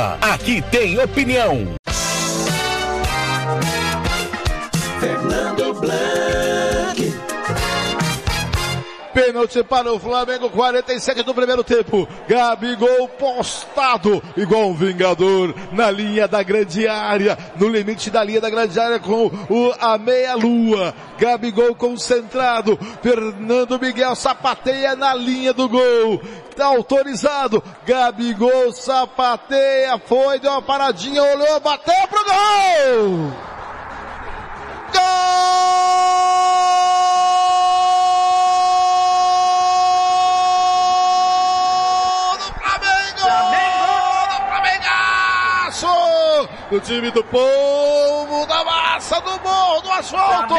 Canela, aqui tem opinião. Fernando Blanc. Pênalti para o Flamengo, 47 do primeiro tempo. Gabigol postado, igual um vingador, na linha da grande área, no limite da linha da grande área com a meia-lua. Gabigol concentrado, Fernando Miguel sapateia na linha do gol. Tá autorizado, Gabigol sapateia, foi, deu uma paradinha, olhou, bateu pro gol! Do time do povo, da massa, do morro, do asfalto.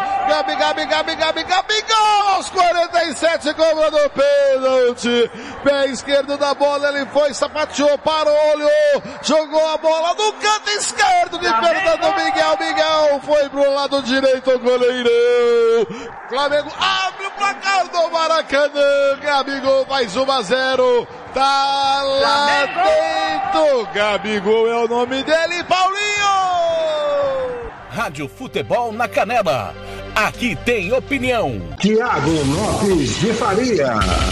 Gabigol, aos 47, cobrando o pênalti. Pé esquerdo da bola, ele foi, sapateou, parou, olhou, jogou a bola no canto esquerdo de Fernando Miguel. Miguel foi pro lado direito, o goleirão. Flamengo abre o placar do Maracanã. Gabigol faz 1-0. Tá lá dentro. Gabigol é o nome dele, Paulinho. Rádio Futebol na Canela, aqui tem opinião. Thiago Lopes de Faria.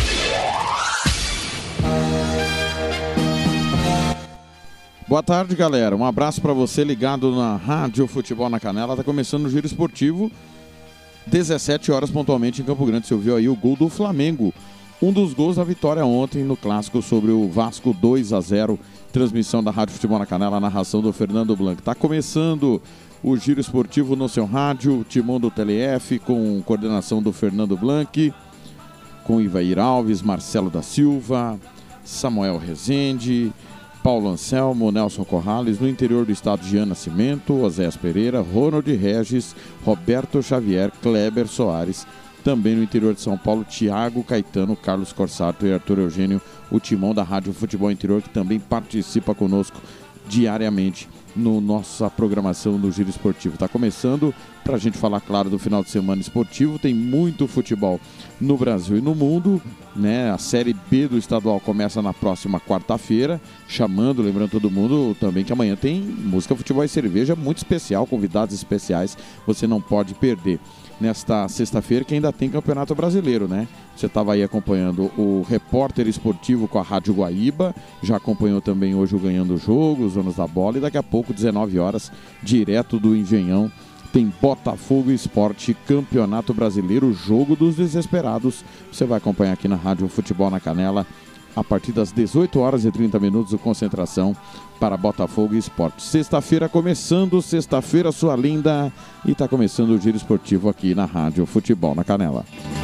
Boa tarde, galera. Um abraço para você ligado na Rádio Futebol na Canela. Tá começando o Giro Esportivo, 17 horas pontualmente em Campo Grande. Você ouviu aí o gol do Flamengo. Um dos gols da vitória ontem no clássico sobre o Vasco, 2-0. Transmissão da Rádio Futebol na Canela, narração do Fernando Blanc. Tá começando o Giro Esportivo no seu rádio, timão do TLF, com coordenação do Fernando Blanc, com Ivair Alves, Marcelo da Silva, Samuel Rezende, Paulo Anselmo, Nelson Corrales, no interior do estado, Jean Nascimento, Oséias Pereira, Ronald Regis, Roberto Xavier, Kleber Soares. Também no interior de São Paulo, Thiago Caetano, Carlos Corsato e Arthur Eugênio, o timão da Rádio Futebol Interior, que também participa conosco diariamente no nossa programação do Giro Esportivo. Está começando, para a gente falar, claro, do final de semana esportivo. Tem muito futebol no Brasil e no mundo, né? A Série B do estadual começa na próxima quarta-feira, lembrando todo mundo também que amanhã tem música, futebol e cerveja muito especial, convidados especiais, você não pode perder. Nesta sexta-feira que ainda tem Campeonato Brasileiro, né? Você estava aí acompanhando o repórter esportivo com a Rádio Guaíba, já acompanhou também hoje o Ganhando o Jogo, os Donos da Bola, e daqui a pouco, 19 horas, direto do Engenhão, tem Botafogo Esporte, Campeonato Brasileiro, Jogo dos Desesperados. Você vai acompanhar aqui na Rádio Futebol na Canela, a partir das 18 horas e 30 minutos de concentração para Botafogo e Esporte. Sexta-feira começando, sexta-feira sua linda, e está começando o Giro Esportivo aqui na Rádio Futebol na Canela.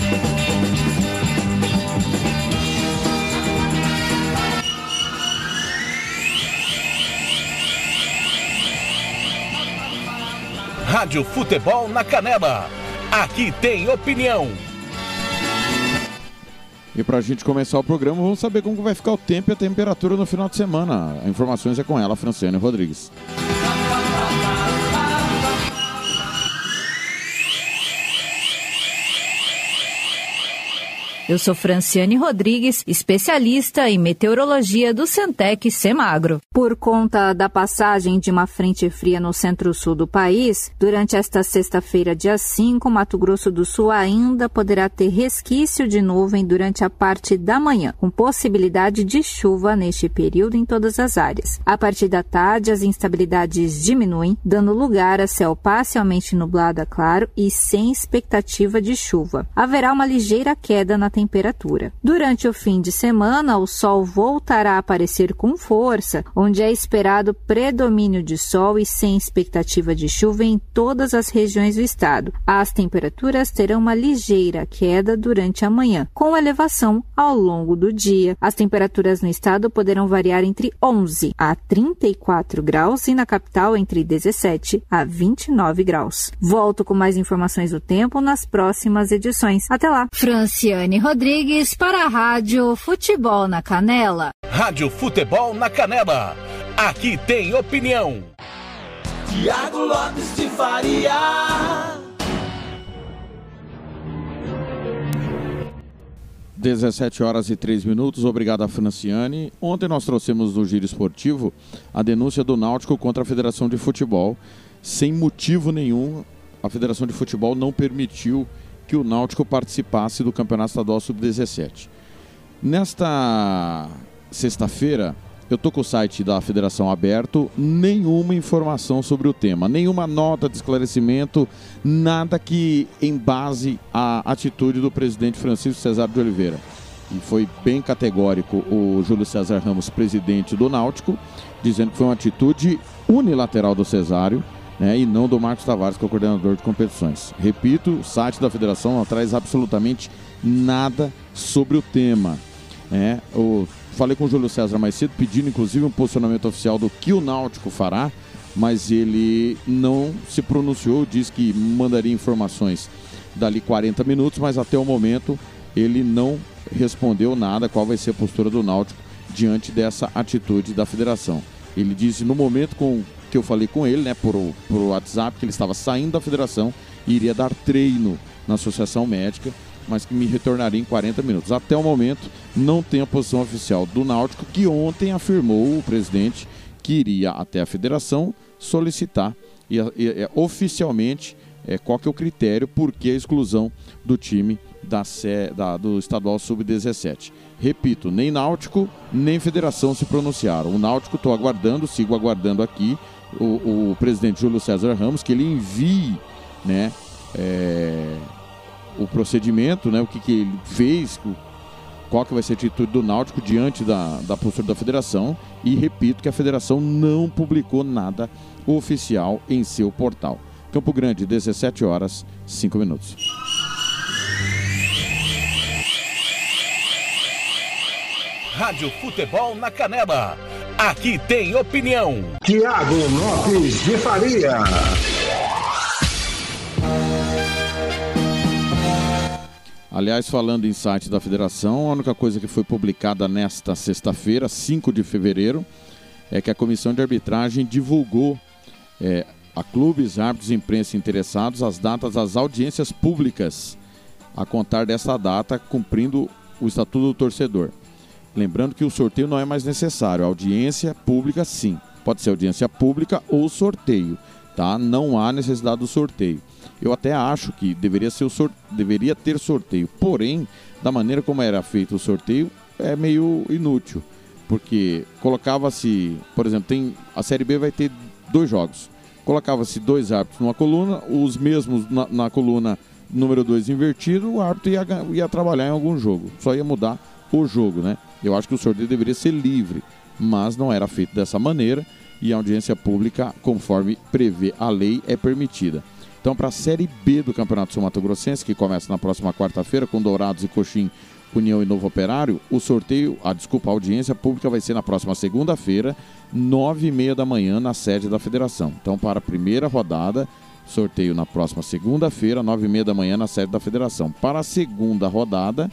Rádio Futebol na Canela, aqui tem opinião. E para a gente começar o programa, vamos saber como vai ficar o tempo e a temperatura no final de semana. A informações é com ela, Franciane Rodrigues. Eu sou Franciane Rodrigues, especialista em meteorologia do Centec Semagro. Por conta da passagem de uma frente fria no centro-sul do país, durante esta sexta-feira, dia 5, Mato Grosso do Sul ainda poderá ter resquício de nuvem durante a parte da manhã, com possibilidade de chuva neste período em todas as áreas. A partir da tarde, as instabilidades diminuem, dando lugar a céu parcialmente nublado a claro e sem expectativa de chuva. Haverá uma ligeira queda na temperatura. Durante o fim de semana, o sol voltará a aparecer com força, onde é esperado predomínio de sol e sem expectativa de chuva em todas as regiões do estado. As temperaturas terão uma ligeira queda durante a manhã, com elevação ao longo do dia. As temperaturas no estado poderão variar entre 11 a 34 graus e na capital entre 17 a 29 graus. Volto com mais informações do tempo nas próximas edições. Até lá! Franciane Rodrigues para a Rádio Futebol na Canela. Rádio Futebol na Canela, aqui tem opinião. Thiago Lopes de Faria. 17 horas e 3 minutos, obrigado a Franciane. Ontem nós trouxemos no Giro Esportivo a denúncia do Náutico contra a Federação de Futebol. Sem motivo nenhum, a Federação de Futebol não permitiu que o Náutico participasse do Campeonato Estadual Sub-17. Nesta sexta-feira, eu estou com o site da Federação aberto, nenhuma informação sobre o tema, nenhuma nota de esclarecimento, nada que embase a atitude do presidente Francisco Cesar de Oliveira. E foi bem categórico o Júlio César Ramos, presidente do Náutico, dizendo que foi uma atitude unilateral do Cesário, né, e não do Marcos Tavares, que é o coordenador de competições. Repito, o site da Federação não traz absolutamente nada sobre o tema. Falei com o Júlio César mais cedo, pedindo inclusive um posicionamento oficial do que o Náutico fará, mas ele não se pronunciou, diz que mandaria informações dali 40 minutos, mas até o momento ele não respondeu nada qual vai ser a postura do Náutico diante dessa atitude da federação. Ele disse no momento que eu falei com ele, né, por WhatsApp, que ele estava saindo da federação e iria dar treino na associação médica, mas que me retornaria em 40 minutos. Até o momento, não tem a posição oficial do Náutico, que ontem afirmou o presidente que iria até a federação solicitar oficialmente qual que é o critério, por que a exclusão do time do Estadual Sub-17. Repito, nem Náutico, nem federação se pronunciaram. O Náutico estou aguardando, sigo aguardando aqui, o presidente Júlio César Ramos, que ele envie, né, o procedimento, né, o que ele fez, qual que vai ser a atitude do Náutico diante da postura da federação, e repito que a federação não publicou nada oficial em seu portal. Campo Grande, 17 horas, 5 minutos. Rádio Futebol na Canela. Aqui tem opinião. Tiago Lopes de Faria. Aliás, falando em site da federação, a única coisa que foi publicada nesta sexta-feira, 5 de fevereiro, é que a comissão de arbitragem divulgou a clubes, árbitros e imprensa interessados as datas das audiências públicas a contar dessa data, cumprindo o Estatuto do Torcedor. Lembrando que o sorteio não é mais necessário, a audiência pública sim, pode ser audiência pública ou sorteio, tá? Não há necessidade do sorteio. Eu até acho que deveria ter sorteio, porém, da maneira como era feito o sorteio, é meio inútil, porque colocava-se, por exemplo, a Série B vai ter 2 jogos, colocava-se 2 árbitros numa coluna, os mesmos na coluna número 2 invertido, o árbitro ia trabalhar em algum jogo, só ia mudar o jogo, né? Eu acho que o sorteio deveria ser livre, mas não era feito dessa maneira e a audiência pública, conforme prevê a lei, é permitida. Então, para a Série B do Campeonato Sul Mato Grossense, que começa na próxima quarta-feira, com Dourados e Coxim, União e Novo Operário, a audiência pública vai ser na próxima segunda-feira, 9h30 da manhã, na sede da federação. Então, para a primeira rodada, sorteio na próxima segunda-feira, 9h30 da manhã, na sede da federação. Para a segunda rodada,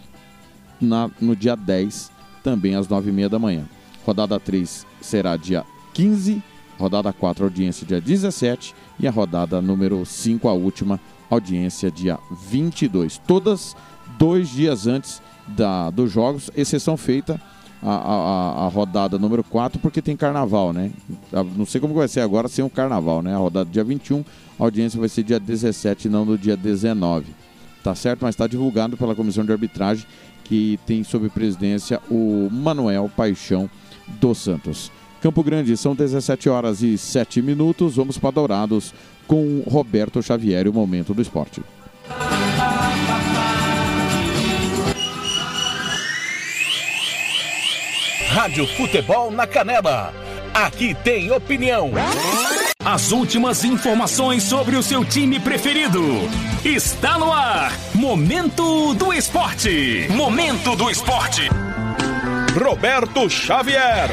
no dia 10, também às 9h30 da manhã. Rodada 3 será dia 15, rodada 4, audiência dia 17 e a rodada número 5, a última, audiência dia 22. Todas 2 dias antes dos jogos, exceção feita a rodada número 4, porque tem carnaval, né? Não sei como vai ser agora sem o carnaval, né? A rodada dia 21, a audiência vai ser dia 17 e não no dia 19. Tá certo? Mas está divulgado pela comissão de arbitragem, que tem sob presidência o Manuel Paixão dos Santos. Campo Grande, são 17 horas e 7 minutos. Vamos para Dourados com Roberto Xavier, o Momento do Esporte. Rádio Futebol na Canela. Aqui tem opinião. As últimas informações sobre o seu time preferido. Está no ar. Momento do Esporte. Momento do Esporte. Roberto Xavier.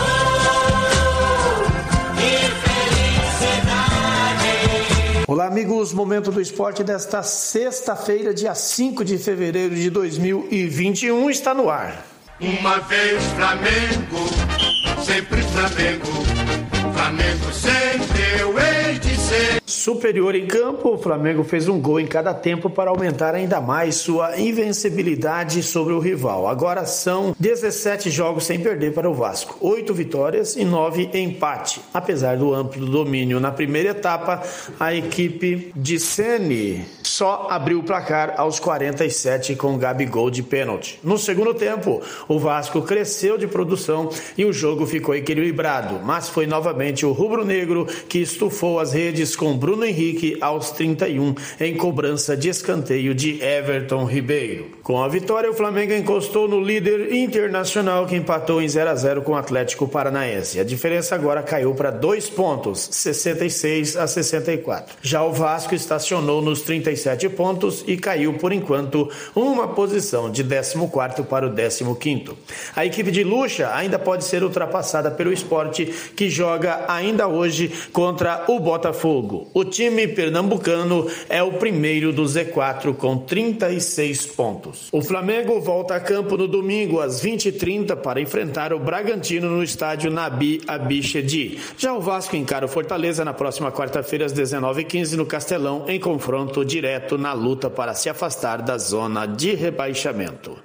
Olá, amigos. Momento do Esporte desta sexta-feira, dia 5 de fevereiro de 2021, está no ar. Uma vez Flamengo, sempre Flamengo, Flamengo sempre eu hei de ser. superior em campo, o Flamengo fez um gol em cada tempo para aumentar ainda mais sua invencibilidade sobre o rival. Agora são 17 jogos sem perder para o Vasco, 8 vitórias e 9 empate. Apesar do amplo domínio na primeira etapa, a equipe de Ceni só abriu o placar aos 47 com Gabigol de pênalti. No segundo tempo, o Vasco cresceu de produção e o jogo ficou equilibrado, mas foi novamente o rubro-negro que estufou as redes com Bruno Henrique aos 31 em cobrança de escanteio de Everton Ribeiro. Com a vitória, o Flamengo encostou no líder Internacional, que empatou em 0-0 com o Atlético Paranaense. A diferença agora caiu para 2 pontos, 66-64. Já o Vasco estacionou nos 37 pontos e caiu por enquanto uma posição de 14º para o 15º. A equipe de Lucha ainda pode ser ultrapassada pelo Sport, que joga ainda hoje contra o Botafogo. O time pernambucano é o primeiro do Z4 com 36 pontos. O Flamengo volta a campo no domingo às 20h30 para enfrentar o Bragantino no estádio Nabi Abichedi. Já o Vasco encara o Fortaleza na próxima quarta-feira às 19h15 no Castelão, em confronto direto na luta para se afastar da zona de rebaixamento.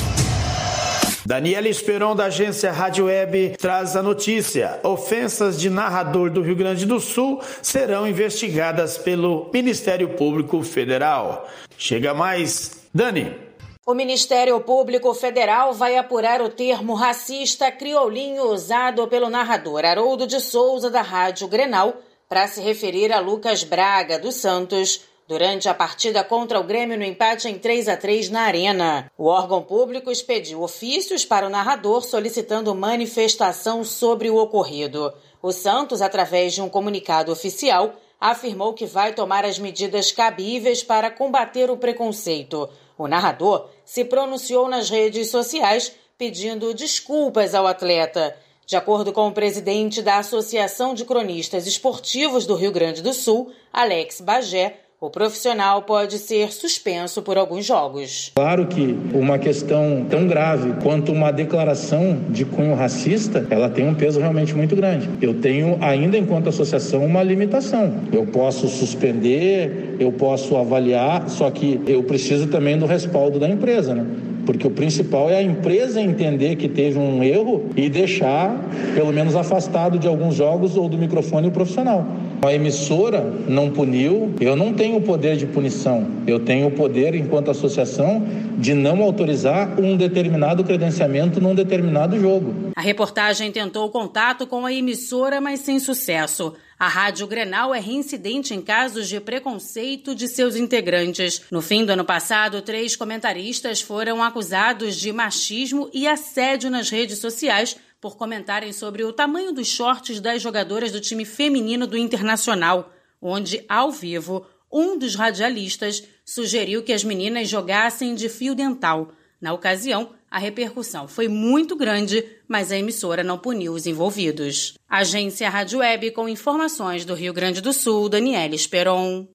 Daniela Esperon, da agência Rádio Web, traz a notícia. Ofensas de narrador do Rio Grande do Sul serão investigadas pelo Ministério Público Federal. Chega mais, Dani. O Ministério Público Federal vai apurar o termo racista crioulinho usado pelo narrador Haroldo de Souza, da Rádio Grenal, para se referir a Lucas Braga, do Santos, durante a partida contra o Grêmio no empate em 3-3 na Arena. O órgão público expediu ofícios para o narrador solicitando manifestação sobre o ocorrido. O Santos, através de um comunicado oficial, afirmou que vai tomar as medidas cabíveis para combater o preconceito. O narrador se pronunciou nas redes sociais pedindo desculpas ao atleta. De acordo com o presidente da Associação de Cronistas Esportivos do Rio Grande do Sul, Alex Bagé, o profissional pode ser suspenso por alguns jogos. Claro que uma questão tão grave quanto uma declaração de cunho racista, ela tem um peso realmente muito grande. Eu tenho, ainda enquanto associação, uma limitação. Eu posso suspender, eu posso avaliar, só que eu preciso também do respaldo da empresa, né? Porque o principal é a empresa entender que teve um erro e deixar, pelo menos, afastado de alguns jogos ou do microfone o profissional. A emissora não puniu, eu não tenho o poder de punição. Eu tenho o poder, enquanto associação, de não autorizar um determinado credenciamento num determinado jogo. A reportagem tentou contato com a emissora, mas sem sucesso. A Rádio Grenal é reincidente em casos de preconceito de seus integrantes. No fim do ano passado, 3 comentaristas foram acusados de machismo e assédio nas redes sociais por comentarem sobre o tamanho dos shorts das jogadoras do time feminino do Internacional, onde, ao vivo, um dos radialistas sugeriu que as meninas jogassem de fio dental. Na ocasião, a repercussão foi muito grande, mas a emissora não puniu os envolvidos. Agência Rádio Web, com informações do Rio Grande do Sul, Daniela Esperon.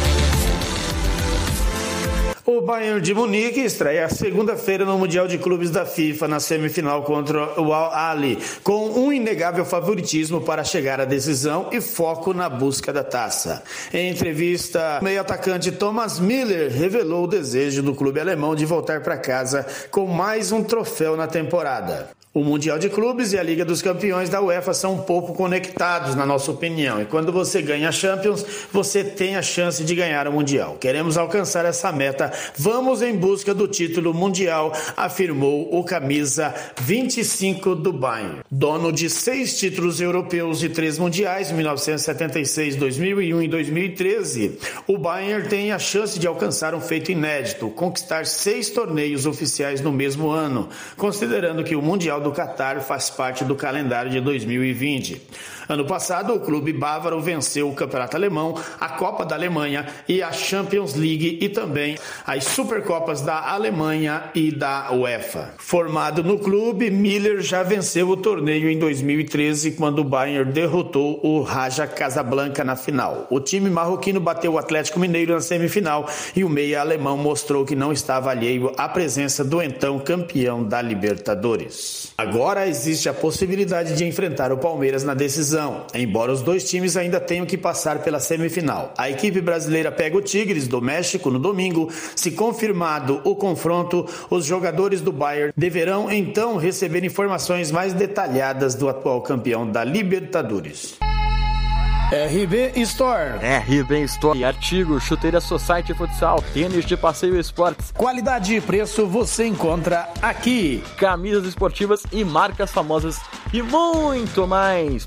O Bayern de Munique estreia segunda-feira no Mundial de Clubes da FIFA na semifinal contra o Al-Ahly, com um inegável favoritismo para chegar à decisão e foco na busca da taça. Em entrevista, o meio-atacante Thomas Müller revelou o desejo do clube alemão de voltar para casa com mais um troféu na temporada. O Mundial de Clubes e a Liga dos Campeões da UEFA são um pouco conectados, na nossa opinião. E quando você ganha a Champions, você tem a chance de ganhar o Mundial. Queremos alcançar essa meta. Vamos em busca do título mundial, afirmou o camisa 25 do Bayern. Dono de 6 títulos europeus e 3 mundiais, em 1976, 2001 e 2013, o Bayern tem a chance de alcançar um feito inédito, conquistar 6 torneios oficiais no mesmo ano, considerando que o Mundial do Qatar faz parte do calendário de 2020. Ano passado, o clube bávaro venceu o Campeonato Alemão, a Copa da Alemanha e a Champions League e também as Supercopas da Alemanha e da UEFA. Formado no clube, Müller já venceu o torneio em 2013, quando o Bayern derrotou o Raja Casablanca na final. O time marroquino bateu o Atlético Mineiro na semifinal e o meia alemão mostrou que não estava alheio à presença do então campeão da Libertadores. Agora existe a possibilidade de enfrentar o Palmeiras na decisão decisão, embora os dois times ainda tenham que passar pela semifinal. A equipe brasileira pega o Tigres do México no domingo. Se confirmado o confronto, os jogadores do Bayern deverão então receber informações mais detalhadas do atual campeão da Libertadores. RB Store. RB Store. Artigos, chuteira Society Futsal, tênis de passeio e esportes. Qualidade e preço você encontra aqui. Camisas esportivas e marcas famosas e muito mais.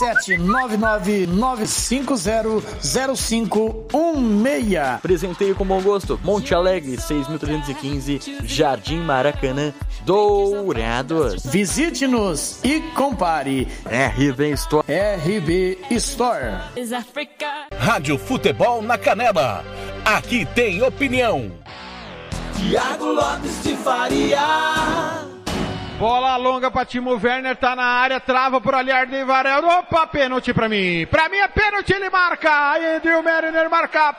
67-99500-0516. Presenteio com bom gosto. Monte Alegre, 6.315, Jardim Maracanã, Dourados. Visite-nos e compare. RB Store. RB Store. Rádio Futebol na Canela. Aqui tem opinião. Thiago Lopes de Faria. Bola longa para Timo Werner, tá na área, trava por ali Arden Varel. Opa, pênalti para mim. Para mim é pênalti, ele marca. Andrew Mariner marca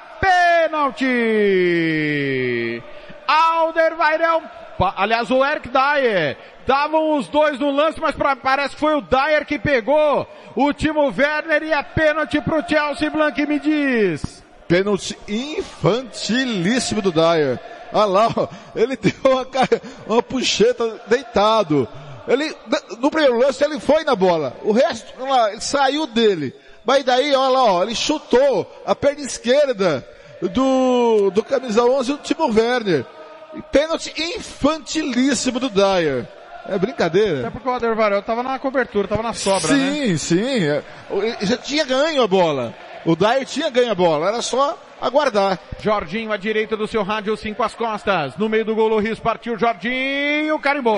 pênalti. Alder Varel. Aliás, o Eric Dyer. Estavam os dois no lance, mas parece que foi o Dyer que pegou o Timo Werner e é pênalti pro Chelsea. Blanc, me diz. Pênalti infantilíssimo do Dyer. Olha lá, ó, ele deu uma puxeta deitado. No primeiro lance ele foi na bola. O resto, ele saiu dele. Mas daí, olha lá, ó, ele chutou a perna esquerda do camisa 11 do Timo Werner. Pênalti infantilíssimo do Dyer. É brincadeira. Até porque o Alder Varel tava na cobertura, tava na sobra, sim, né? Sim. Já tinha ganho a bola. O Dyer tinha ganho a bola, era só aguardar. Jorginho à direita do seu rádio, 5 às costas. No meio do gol, Loris partiu Jorginho, carimbou.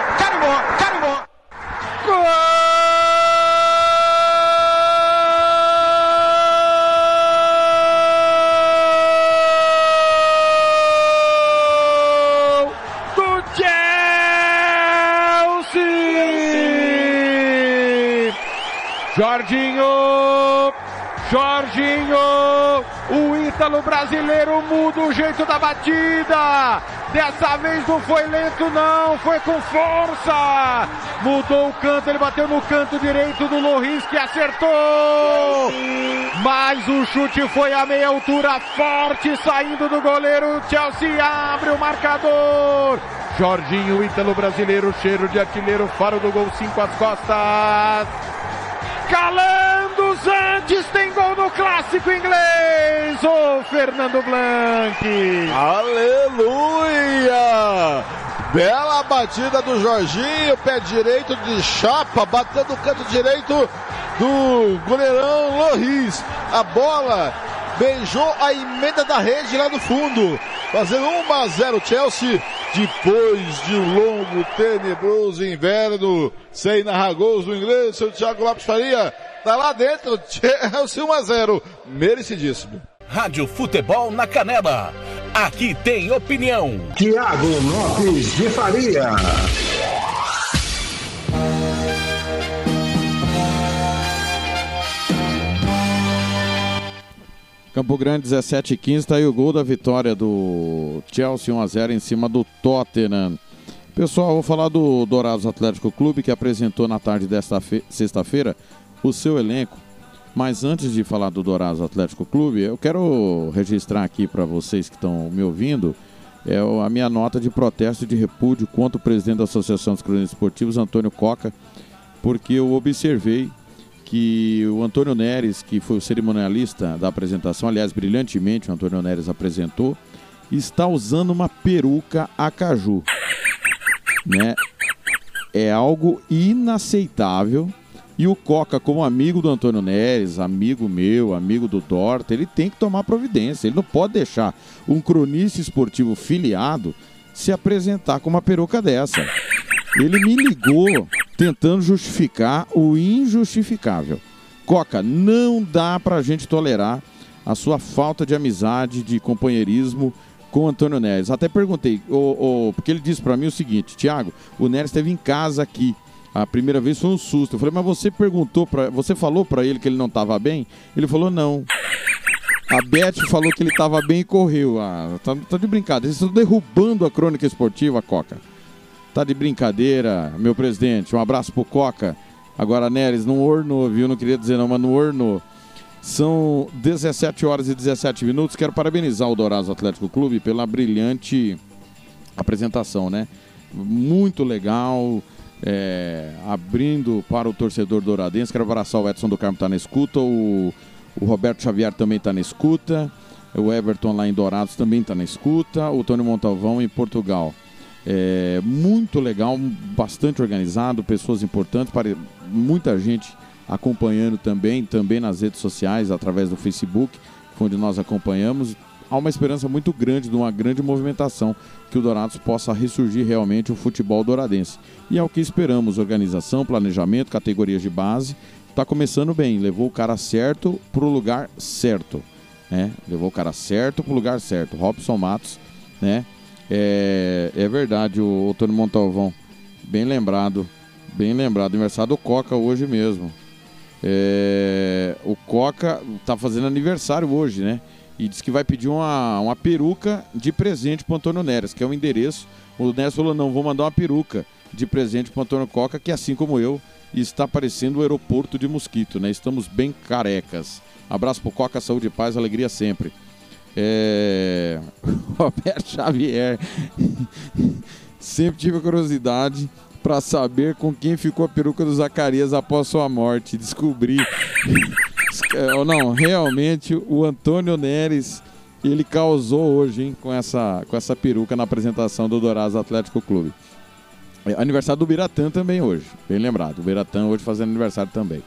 Gol! Jorginho, o ítalo brasileiro muda o jeito da batida. Dessa vez não foi lento não, foi com força. Mudou o canto, ele bateu no canto direito do Loris que acertou. Mas o chute foi a meia altura, forte, saindo do goleiro. Chelsea abre o marcador. Jorginho, o ítalo brasileiro, cheiro de artilheiro, faro do gol, 5 às costas. Calandos antes, tem gol no clássico inglês, o Fernando Blanc. Aleluia! Bela batida do Jorginho, pé direito de chapa, batendo o canto direito do goleirão Loris. A bola beijou a emenda da rede lá no fundo, fazendo 1-0 Chelsea, depois de um longo, tenebroso inverno, sem narrar gols do inglês. Seu Thiago Lopes Faria tá lá dentro, Chelsea 1-0, merecidíssimo. Rádio Futebol na Canela, aqui tem opinião. Thiago Lopes de Faria. Campo Grande, 17h15, tá aí o gol da vitória do Chelsea 1-0 em cima do Tottenham. Pessoal, vou falar do Dourados Atlético Clube, que apresentou na tarde desta sexta-feira o seu elenco. Mas antes de falar do Dourados Atlético Clube, eu quero registrar aqui para vocês que estão me ouvindo a minha nota de protesto e de repúdio contra o presidente da Associação dos Cronistas Esportivos, Antônio Coca, porque eu observei que o Antônio Neres, que foi o cerimonialista da apresentação, aliás, brilhantemente o Antônio Neres apresentou, está usando uma peruca acaju, né? É algo inaceitável. E o Coca, como amigo do Antônio Neres, amigo meu, amigo do Dorta, ele tem que tomar providência. Ele não pode deixar um cronista esportivo filiado se apresentar com uma peruca dessa. Ele me ligou tentando justificar o injustificável. Coca, não dá pra gente tolerar a sua falta de amizade, de companheirismo com o Antônio Neres. Até perguntei, porque ele disse pra mim o seguinte: Thiago, o Neres esteve em casa aqui. A primeira vez foi um susto. Eu falei, mas você falou pra ele que ele não estava bem? Ele falou, não. A Beth falou que ele estava bem e correu. Tá de brincadeira. Vocês estão derrubando a crônica esportiva, Coca. Tá de brincadeira, meu presidente. Um abraço pro Coca. Agora, Neres, não ornou, viu? Não queria dizer não, mas não ornou. São 17 horas e 17 minutos. Quero parabenizar o Dourados Atlético Clube pela brilhante apresentação, né? Muito legal, abrindo para o torcedor douradense. Quero abraçar o Edson do Carmo, está na escuta, o Roberto Xavier também está na escuta, o Everton lá em Dourados também está na escuta, o Tony Montalvão em Portugal. Muito legal, bastante organizado, pessoas importantes, muita gente acompanhando também nas redes sociais, através do Facebook, onde nós acompanhamos. Há uma esperança muito grande de uma grande movimentação, que o Dourados possa ressurgir realmente o futebol douradense. E é o que esperamos, organização, planejamento, categorias de base. Está começando bem, levou o cara certo para o lugar certo. Né? Levou o cara certo para o lugar certo. Robson Matos, né? É verdade, o Tony Montalvão, bem lembrado, aniversário do Coca hoje mesmo. O Coca está fazendo aniversário hoje, né? E disse que vai pedir uma peruca de presente para o Antônio Neres, que é o endereço. O Neres falou, não, vou mandar uma peruca de presente para o Antônio Coca, que assim como eu, está parecendo o aeroporto de Mosquito, né? Estamos bem carecas. Abraço para o Coca, saúde e paz, alegria sempre. Roberto Xavier. Sempre tive a curiosidade para saber com quem ficou a peruca do Zacarias após sua morte. Descobri. Não, realmente o Antônio Neres, ele causou hoje, hein, com essa peruca na apresentação do Dourados Atlético Clube. Aniversário do Biratã também hoje, bem lembrado. O Biratã hoje fazendo aniversário também.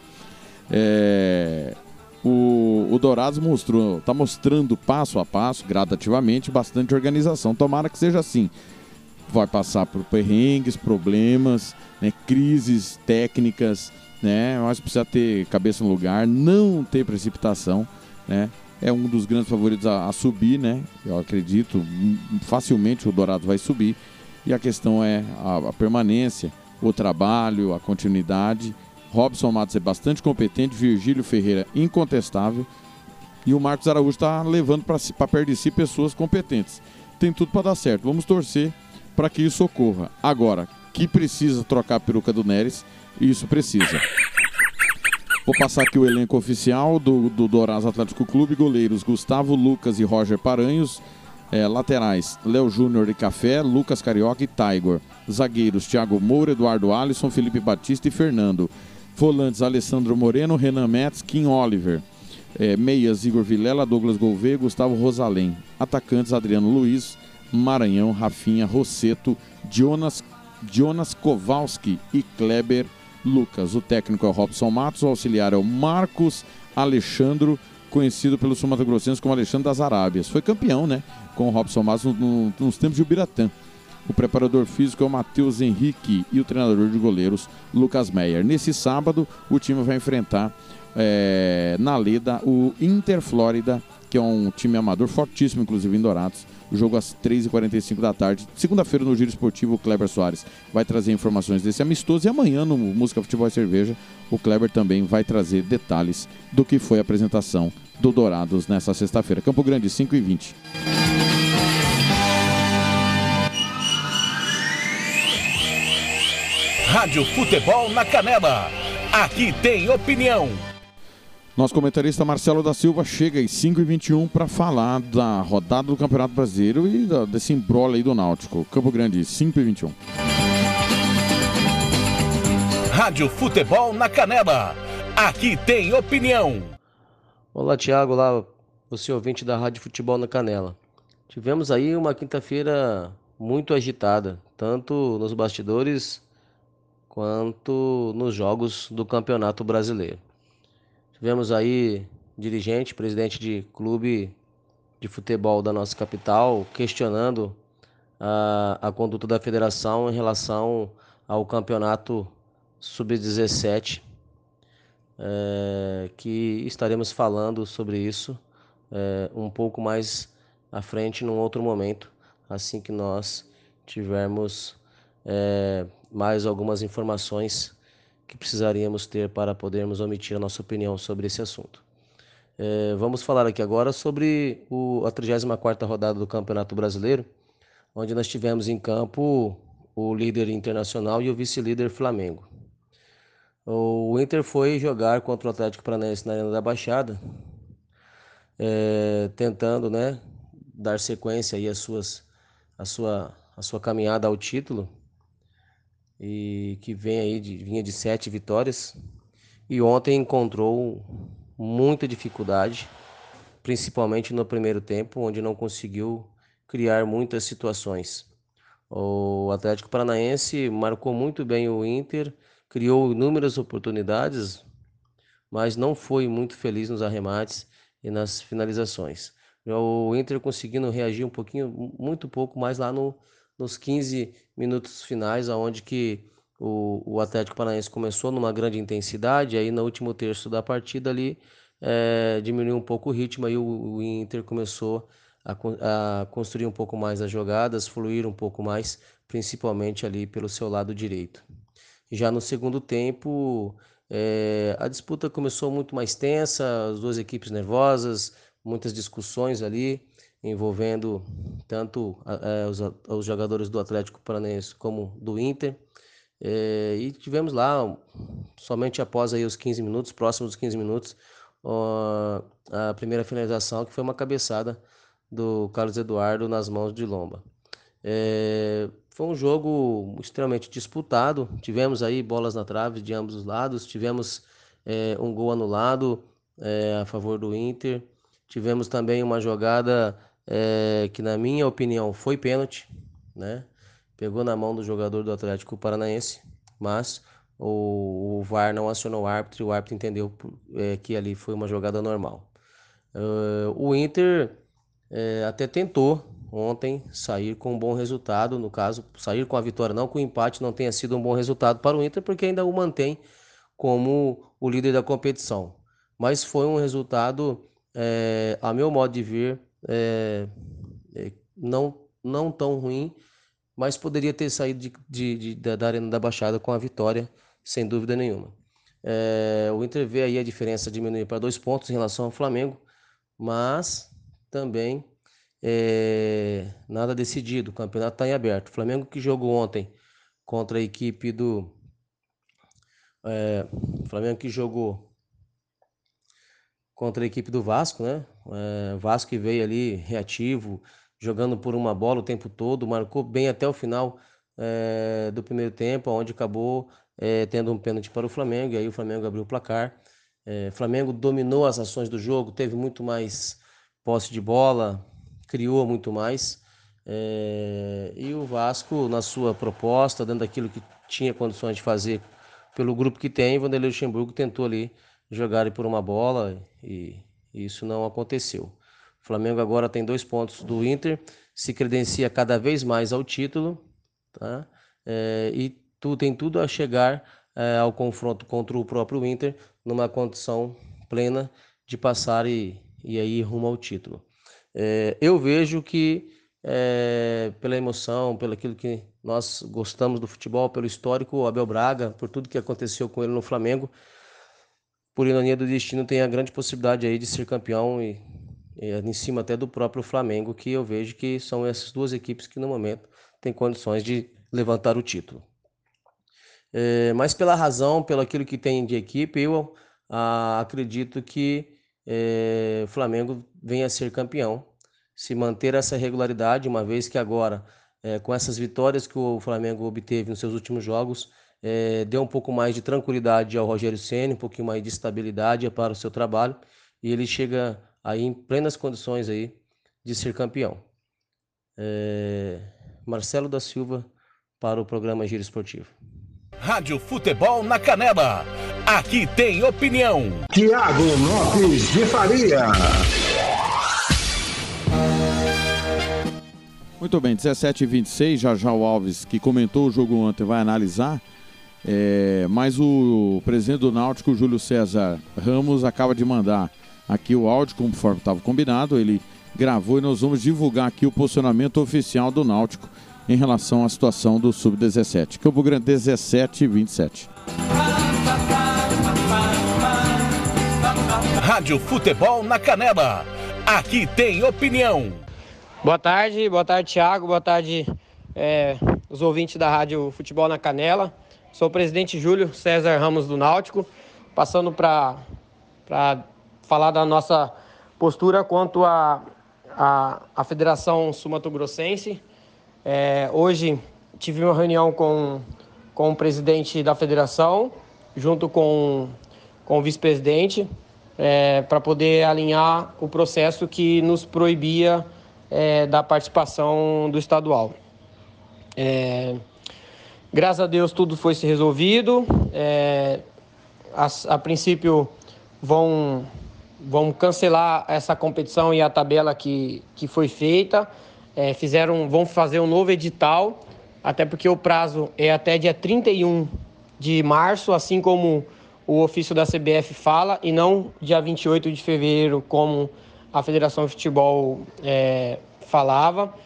O Dourados está mostrando passo a passo, gradativamente, bastante organização. Tomara que seja assim. Vai passar por perrengues, problemas, né, crises técnicas, né, mas precisa ter cabeça no lugar, não ter precipitação, né? É um dos grandes favoritos a subir, né? Eu acredito, facilmente o Dourados vai subir. E a questão é a permanência, o trabalho, a continuidade. Robson Matos é bastante competente, Virgílio Ferreira incontestável. E o Marcos Araújo está levando para perto de si pessoas competentes. Tem tudo para dar certo. Vamos torcer para que isso ocorra. Agora, que precisa trocar a peruca do Neres, isso precisa. Vou passar aqui o elenco oficial do Dourados Atlético Clube. Goleiros Gustavo, Lucas e Roger Paranhos. Laterais Léo Júnior e Café, Lucas Carioca e Tiger. Zagueiros Thiago Moura, Eduardo Alisson, Felipe Batista e Fernando. Volantes Alessandro Moreno, Renan Metz, Kim Oliver. Meias Igor Vilela, Douglas Gouveia, Gustavo Rosalém. Atacantes Adriano Luiz, Maranhão, Rafinha, Rosseto, Jonas Kowalski e Kleber Lucas. O técnico é o Robson Matos, o auxiliar é o Marcos Alexandro, conhecido pelos sul-mato-grossenses como Alexandre das Arábias. Foi campeão, né, com o Robson Matos nos tempos de Ubiratã. O preparador físico é o Matheus Henrique e o treinador de goleiros, Lucas Meyer. Nesse sábado, o time vai enfrentar na Leda o Inter Flórida, que é um time amador fortíssimo, inclusive em Dourados. O jogo às 3h45 da tarde. Segunda-feira, no Giro Esportivo, o Kleber Soares vai trazer informações desse amistoso. E amanhã, no Música, Futebol e Cerveja, o Kleber também vai trazer detalhes do que foi a apresentação do Dourados nessa sexta-feira. Campo Grande, 5h20. Rádio Futebol na Canela. Aqui tem opinião. Nosso comentarista Marcelo da Silva chega às 5h21 para falar da rodada do Campeonato Brasileiro e desse imbróglio aí do Náutico. Campo Grande, 5h21. Rádio Futebol na Canela. Aqui tem opinião. Olá, Thiago. Olá, você ouvinte da Rádio Futebol na Canela. Tivemos aí uma quinta-feira muito agitada, tanto nos bastidores quanto nos jogos do Campeonato Brasileiro. Tivemos aí dirigente, presidente de clube de futebol da nossa capital questionando a conduta da federação em relação ao campeonato sub-17, que estaremos falando sobre isso um pouco mais à frente, num outro momento, assim que nós tivermos mais algumas informações que precisaríamos ter para podermos omitir a nossa opinião sobre esse assunto. Vamos falar aqui agora sobre a 34ª rodada do Campeonato Brasileiro, onde nós tivemos em campo o líder Internacional e o vice-líder Flamengo. O Inter foi jogar contra o Atlético Paranaense na Arena da Baixada, tentando, né, dar sequência aí a sua caminhada ao título, e que vinha de 7 vitórias, e ontem encontrou muita dificuldade, principalmente no primeiro tempo, onde não conseguiu criar muitas situações. O Atlético Paranaense marcou muito bem o Inter, criou inúmeras oportunidades, mas não foi muito feliz nos arremates e nas finalizações. O Inter conseguindo reagir muito pouco mais lá nos 15 minutos finais, onde que o Atlético Paranaense começou numa grande intensidade, aí no último terço da partida ali diminuiu um pouco o ritmo, aí o Inter começou a construir um pouco mais as jogadas, fluir um pouco mais, principalmente ali pelo seu lado direito. Já no segundo tempo, a disputa começou muito mais tensa, as duas equipes nervosas, muitas discussões ali, envolvendo tanto os jogadores do Atlético Paranaense como do Inter. E tivemos lá, somente após aí os 15 minutos, próximos dos 15 minutos, a primeira finalização, que foi uma cabeçada do Carlos Eduardo nas mãos de Lomba. Foi um jogo extremamente disputado, tivemos aí bolas na trave de ambos os lados, tivemos um gol anulado a favor do Inter, tivemos também uma jogada que, na minha opinião, foi pênalti, né? Pegou na mão do jogador do Atlético Paranaense, mas o VAR não acionou o árbitro e o árbitro entendeu que ali foi uma jogada normal. O Inter até tentou ontem sair com um bom resultado, no caso, sair com a vitória, não que o empate não tenha sido um bom resultado para o Inter, porque ainda o mantém como o líder da competição. Mas foi um resultado, a meu modo de ver, não tão ruim, mas poderia ter saído da Arena da Baixada com a vitória, sem dúvida nenhuma. O Inter vê aí a diferença diminuir para 2 pontos em relação ao Flamengo, mas também nada decidido, o campeonato está em aberto. O Flamengo, que jogou ontem contra a equipe do... Flamengo que jogou contra a equipe do Vasco, né? Vasco que veio ali reativo, jogando por uma bola o tempo todo, marcou bem até o final do primeiro tempo, onde acabou tendo um pênalti para o Flamengo, e aí o Flamengo abriu o placar. O Flamengo dominou as ações do jogo, teve muito mais posse de bola, criou muito mais, e o Vasco, na sua proposta, dentro daquilo que tinha condições de fazer pelo grupo que tem, Vanderlei Luxemburgo tentou ali jogar por uma bola, e isso não aconteceu. O Flamengo agora tem 2 pontos do Inter, se credencia cada vez mais ao título, tá? E tem tudo a chegar ao confronto contra o próprio Inter numa condição plena de passar e aí rumo ao título. Eu vejo que pela emoção, pelo aquilo que nós gostamos do futebol, pelo histórico, o Abel Braga, por tudo que aconteceu com ele no Flamengo, por ironia do destino, tem a grande possibilidade aí de ser campeão e em cima até do próprio Flamengo, que eu vejo que são essas duas equipes que no momento têm condições de levantar o título. Mas pela razão, pelo aquilo que tem de equipe, eu acredito que o Flamengo venha a ser campeão, se manter essa regularidade, uma vez que agora, com essas vitórias que o Flamengo obteve nos seus últimos jogos, deu um pouco mais de tranquilidade ao Rogério Ceni, um pouquinho mais de estabilidade para o seu trabalho, e ele chega aí em plenas condições aí de ser campeão. Marcelo da Silva para o programa Giro Esportivo. Rádio Futebol na Canela. Aqui tem opinião. Thiago Lopes de Faria. Muito bem, 17h26, já o Alves, que comentou o jogo ontem, vai analisar. Mas o presidente do Náutico, Júlio César Ramos, acaba de mandar aqui o áudio, conforme estava combinado. Ele gravou e nós vamos divulgar aqui o posicionamento oficial do Náutico em relação à situação do Sub-17. Campo Grande, 17h27. Rádio Futebol na Canela. Aqui tem opinião. Boa tarde, Thiago. Boa tarde, os ouvintes da Rádio Futebol na Canela. Sou o presidente Júlio César Ramos do Náutico, passando para falar da nossa postura quanto à Federação Sul-Mato-Grossense. Hoje tive uma reunião com o presidente da federação, junto com o vice-presidente, para poder alinhar o processo que nos proibia da participação do estadual. Graças a Deus tudo foi se resolvido. A princípio vão cancelar essa competição e a tabela que foi feita. Vão fazer um novo edital, até porque o prazo é até dia 31 de março, assim como o ofício da CBF fala, e não dia 28 de fevereiro, como a Federação de Futebol falava.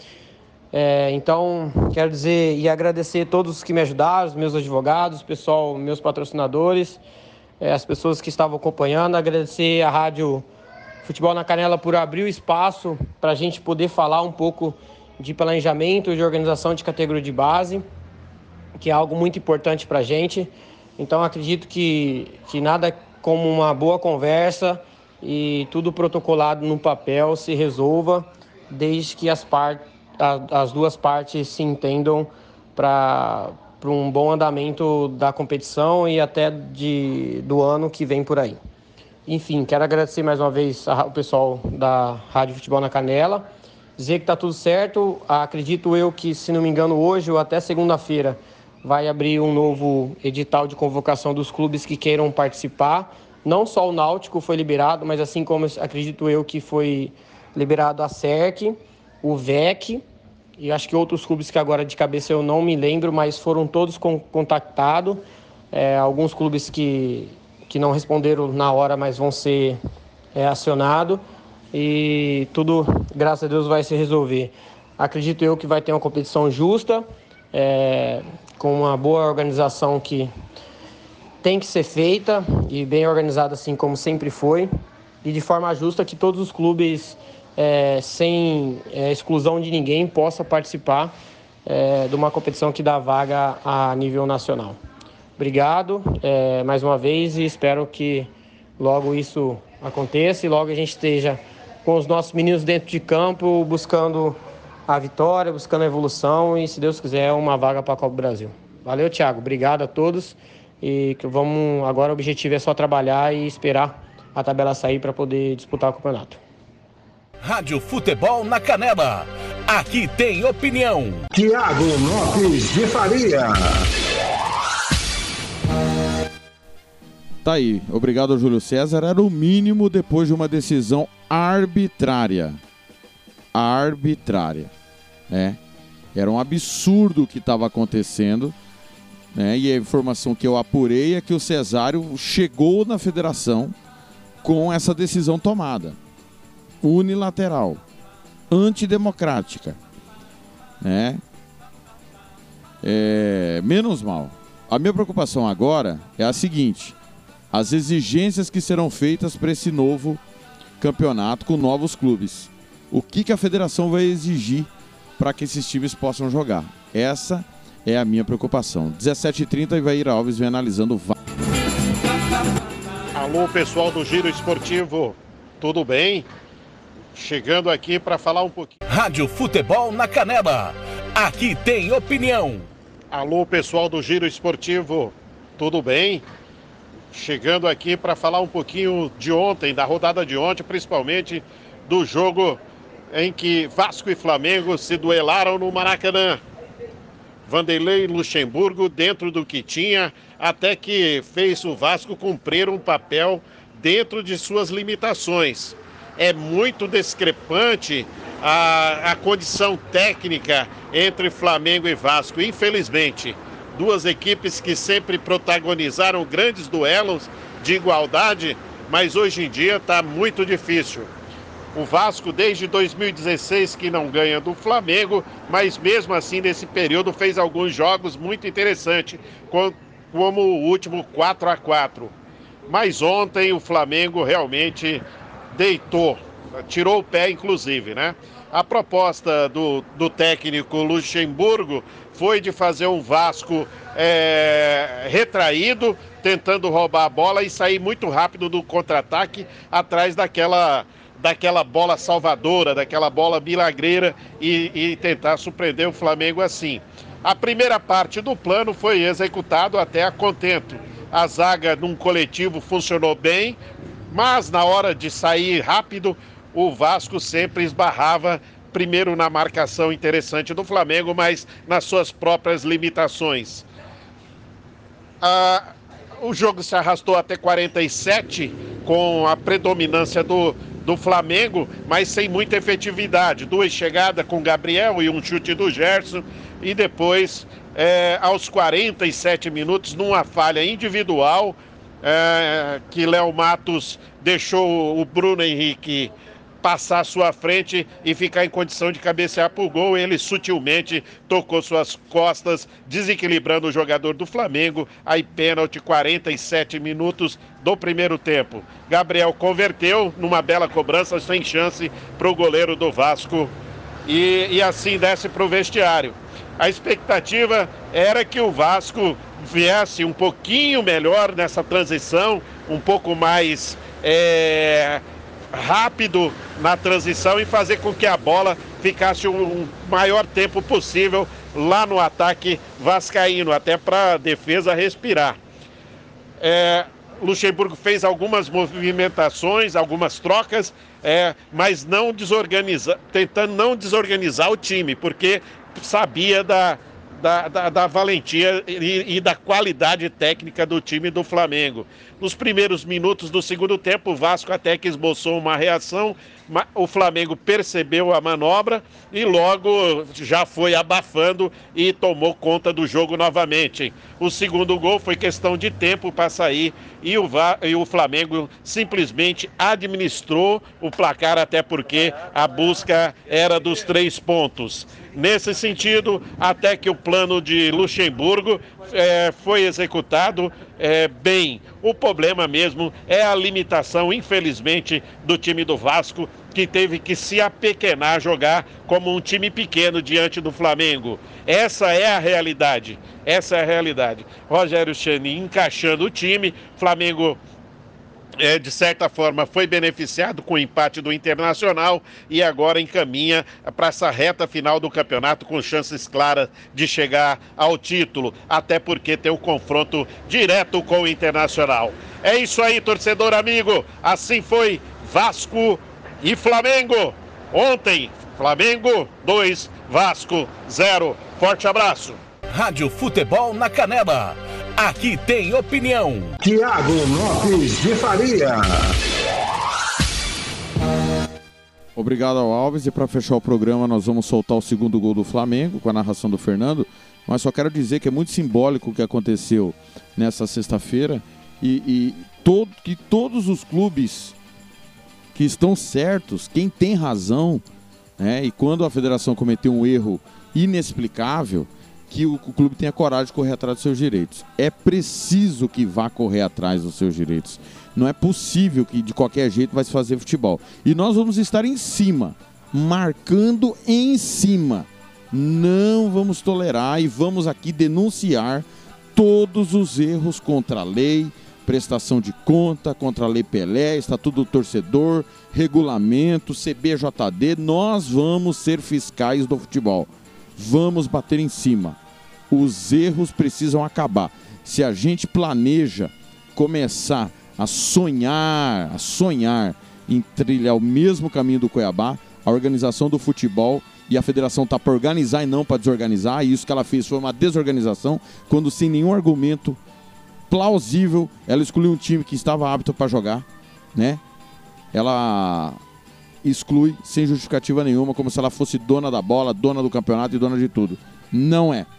Então, quero dizer e agradecer a todos que me ajudaram, os meus advogados, pessoal, meus patrocinadores, as pessoas que estavam acompanhando. Agradecer a Rádio Futebol na Canela por abrir o espaço para a gente poder falar um pouco de planejamento, de organização de categoria de base, que é algo muito importante para a gente. Então, acredito que nada como uma boa conversa e tudo protocolado no papel se resolva, desde que as duas partes se entendam para um bom andamento da competição e até do ano que vem por aí. Enfim, quero agradecer mais uma vez o pessoal da Rádio Futebol na Canela, dizer que está tudo certo. Acredito eu que, se não me engano, hoje ou até segunda-feira vai abrir um novo edital de convocação dos clubes que queiram participar. Não só o Náutico foi liberado, mas assim como acredito eu que foi liberado a SERC, o VEC, e acho que outros clubes que agora de cabeça eu não me lembro, mas foram todos contactados. Alguns clubes que não responderam na hora, mas vão ser acionados. E tudo, graças a Deus, vai se resolver. Acredito eu que vai ter uma competição justa, com uma boa organização que tem que ser feita e bem organizada, assim como sempre foi, e de forma justa que todos os clubes, sem exclusão de ninguém, possam participar de uma competição que dá vaga a nível nacional. Obrigado mais uma vez e espero que logo isso aconteça e logo a gente esteja com os nossos meninos dentro de campo buscando a vitória, buscando a evolução e, se Deus quiser, uma vaga para a Copa do Brasil. Valeu, Thiago. Obrigado a todos. E que agora o objetivo é só trabalhar e esperar a tabela sair para poder disputar o campeonato. Rádio Futebol na Canela. Aqui tem opinião. Thiago Lopes de Faria. Tá aí. Obrigado, Júlio César. Era o mínimo depois de uma decisão arbitrária. Era um absurdo o que estava acontecendo, né? E a informação que eu apurei é que o Cesário chegou na federação com essa decisão tomada, unilateral, antidemocrática, né? Menos mal. A minha preocupação agora é a seguinte: as exigências que serão feitas para esse novo campeonato com novos clubes. O que a federação vai exigir para que esses times possam jogar? Essa é a minha preocupação. 17h30, Ivair Alves vem analisando o VAR. Alô, pessoal do Giro Esportivo, tudo bem? Chegando aqui para falar um pouquinho. Rádio Futebol na Canela. Aqui tem opinião. Alô, pessoal do Giro Esportivo, tudo bem? Chegando aqui para falar um pouquinho de ontem, da rodada de ontem, principalmente do jogo em que Vasco e Flamengo se duelaram no Maracanã. Vanderlei Luxemburgo dentro do que tinha, até que fez o Vasco cumprir um papel dentro de suas limitações. É muito discrepante a condição técnica entre Flamengo e Vasco, infelizmente. Duas equipes que sempre protagonizaram grandes duelos de igualdade, mas hoje em dia está muito difícil. O Vasco, desde 2016, que não ganha do Flamengo, mas mesmo assim, nesse período, fez alguns jogos muito interessantes, como o último 4-4. Mas ontem o Flamengo realmente deitou, tirou o pé, inclusive, né? A proposta do técnico Luxemburgo foi de fazer um Vasco retraído, tentando roubar a bola e sair muito rápido do contra-ataque atrás daquela bola salvadora, daquela bola milagreira e tentar surpreender o Flamengo assim. A primeira parte do plano foi executado até a contento. A zaga num coletivo funcionou bem, mas na hora de sair rápido, o Vasco sempre esbarrava primeiro na marcação interessante do Flamengo, mas nas suas próprias limitações. O jogo se arrastou até 47 com a predominância do Flamengo, mas sem muita efetividade. 2 chegadas com Gabriel e um chute do Gerson, e depois, aos 47 minutos, numa falha individual, que Léo Matos deixou o Bruno Henrique passar à sua frente e ficar em condição de cabecear para o gol. Ele sutilmente tocou suas costas, desequilibrando o jogador do Flamengo. Aí pênalti, 47 minutos do primeiro tempo. Gabriel converteu numa bela cobrança, sem chance para o goleiro do Vasco, e assim desce para o vestiário. A expectativa era que o Vasco viesse um pouquinho melhor nessa transição, um pouco mais rápido na transição e fazer com que a bola ficasse o maior tempo possível lá no ataque vascaíno, até para a defesa respirar. Luxemburgo fez algumas movimentações, algumas trocas, mas tentando não desorganizar o time, porque sabia da valentia e da qualidade técnica do time do Flamengo. Nos primeiros minutos do segundo tempo, o Vasco até que esboçou uma reação, o Flamengo percebeu a manobra e logo já foi abafando e tomou conta do jogo novamente. O segundo gol foi questão de tempo para sair e o Flamengo simplesmente administrou o placar, até porque a busca era dos 3 pontos. Nesse sentido, até que o plano de Luxemburgo foi executado bem. O problema mesmo é a limitação, infelizmente, do time do Vasco, que teve que se apequenar, jogar como um time pequeno diante do Flamengo. Essa é a realidade. Rogério Ceni encaixando o time, Flamengo de certa forma foi beneficiado com o empate do Internacional e agora encaminha para essa reta final do campeonato com chances claras de chegar ao título, até porque tem o confronto direto com o Internacional. É isso aí, torcedor amigo, assim foi Vasco e Flamengo. Ontem, Flamengo 2, Vasco 0. Forte abraço. Rádio Futebol na Canela. Aqui tem opinião. Tiago Lopes de Faria. Obrigado ao Alves. E para fechar o programa, nós vamos soltar o segundo gol do Flamengo com a narração do Fernando. Mas só quero dizer que é muito simbólico o que aconteceu nessa sexta-feira que todos os clubes que estão certos, quem tem razão, e quando a federação cometeu um erro inexplicável, que o clube tenha coragem de correr atrás dos seus direitos. É preciso que vá correr atrás dos seus direitos. Não é possível que de qualquer jeito vai se fazer futebol. E nós vamos estar em cima, marcando em cima. Não vamos tolerar e vamos aqui denunciar todos os erros contra a lei, prestação de conta, contra a Lei Pelé, Estatuto do Torcedor, regulamento, CBJD. Nós vamos ser fiscais do futebol. Vamos bater em cima. Os erros precisam acabar. Se a gente planeja começar a sonhar em trilhar o mesmo caminho do Cuiabá, a organização do futebol e a federação está para organizar e não para desorganizar, e isso que ela fez foi uma desorganização, quando sem nenhum argumento plausível ela escolheu um time que estava apto para jogar, Ela exclui sem justificativa nenhuma, como se ela fosse dona da bola, dona do campeonato e dona de tudo. Não é.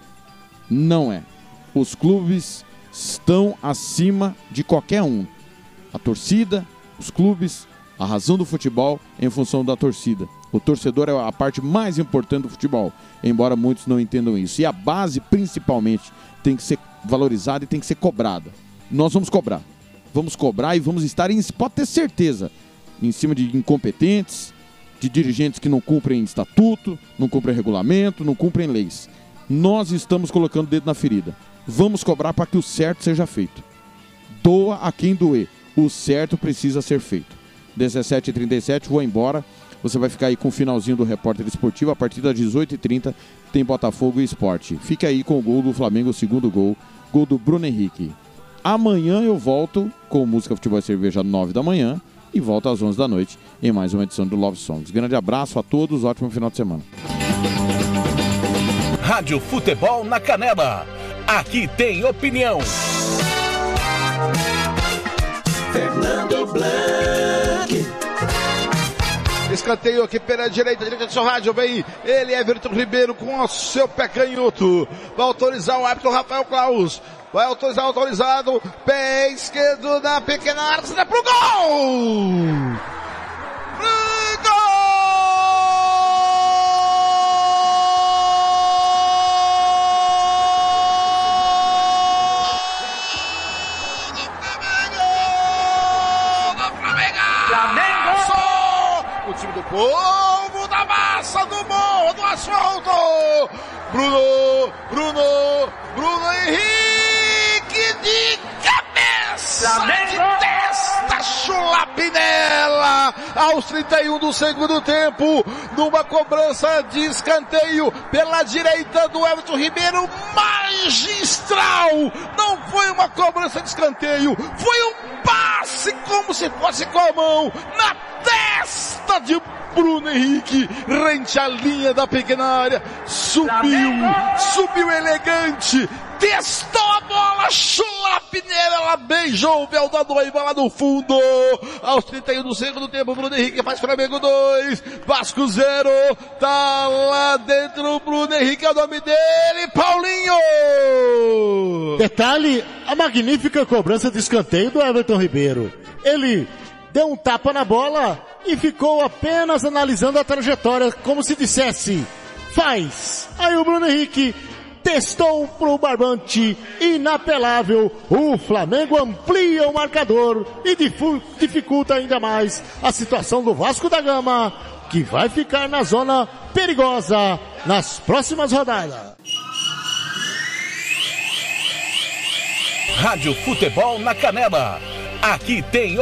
Os clubes estão acima de qualquer um. A torcida, os clubes, a razão do futebol é em função da torcida. O torcedor é a parte mais importante do futebol, embora muitos não entendam isso. E a base, principalmente, tem que ser valorizada e tem que ser cobrada. Nós vamos cobrar. Vamos cobrar e vamos estar, pode ter certeza, em cima de incompetentes, de dirigentes que não cumprem estatuto, não cumprem regulamento, não cumprem leis. Nós estamos colocando o dedo na ferida. Vamos cobrar para que o certo seja feito. Doa a quem doer. O certo precisa ser feito. 17h37, vou embora. Você vai ficar aí com o finalzinho do Repórter Esportivo. A partir das 18h30 tem Botafogo e Sport. Fique aí com o gol do Flamengo, o segundo gol do Bruno Henrique. Amanhã eu volto com Música, Futebol e Cerveja, 9 da manhã. E volto às 11 da noite em mais uma edição do Love Songs. Grande abraço a todos, ótimo final de semana. Rádio Futebol na Canela. Aqui tem opinião. Fernando Blanc. Escanteio aqui pela direita do seu rádio, vem ele, Everton Ribeiro, com o seu pé canhoto. Vai autorizar o árbitro Rafael Claus. Vai autorizado, pé esquerdo da pequena área, dá pro gol! O time do povo, da massa, do morro, do asfalto. Bruno Henrique de cabeça, de testa, chulapinela, aos 31 do segundo tempo, numa cobrança de escanteio pela direita do Everton Ribeiro, magistral. Não foi uma cobrança de escanteio, foi um passe como se fosse com a mão na testa de Bruno Henrique, rente à linha da pequena área, subiu elegante, testou a bola, chulapinela, ela beijou o véu da noiva lá no fundo. Aos 31 do segundo tempo, Bruno Henrique faz Flamengo 2, Vasco 0, tá lá dentro o Bruno Henrique, é o nome dele, Paulinho! Detalhe, a magnífica cobrança de escanteio do Everton Ribeiro. Ele deu um tapa na bola e ficou apenas analisando a trajetória, como se dissesse, faz. Aí o Bruno Henrique testou pro barbante, inapelável. O Flamengo amplia o marcador e dificulta ainda mais a situação do Vasco da Gama, que vai ficar na zona perigosa nas próximas rodadas. Rádio Futebol na Canela. Aqui tem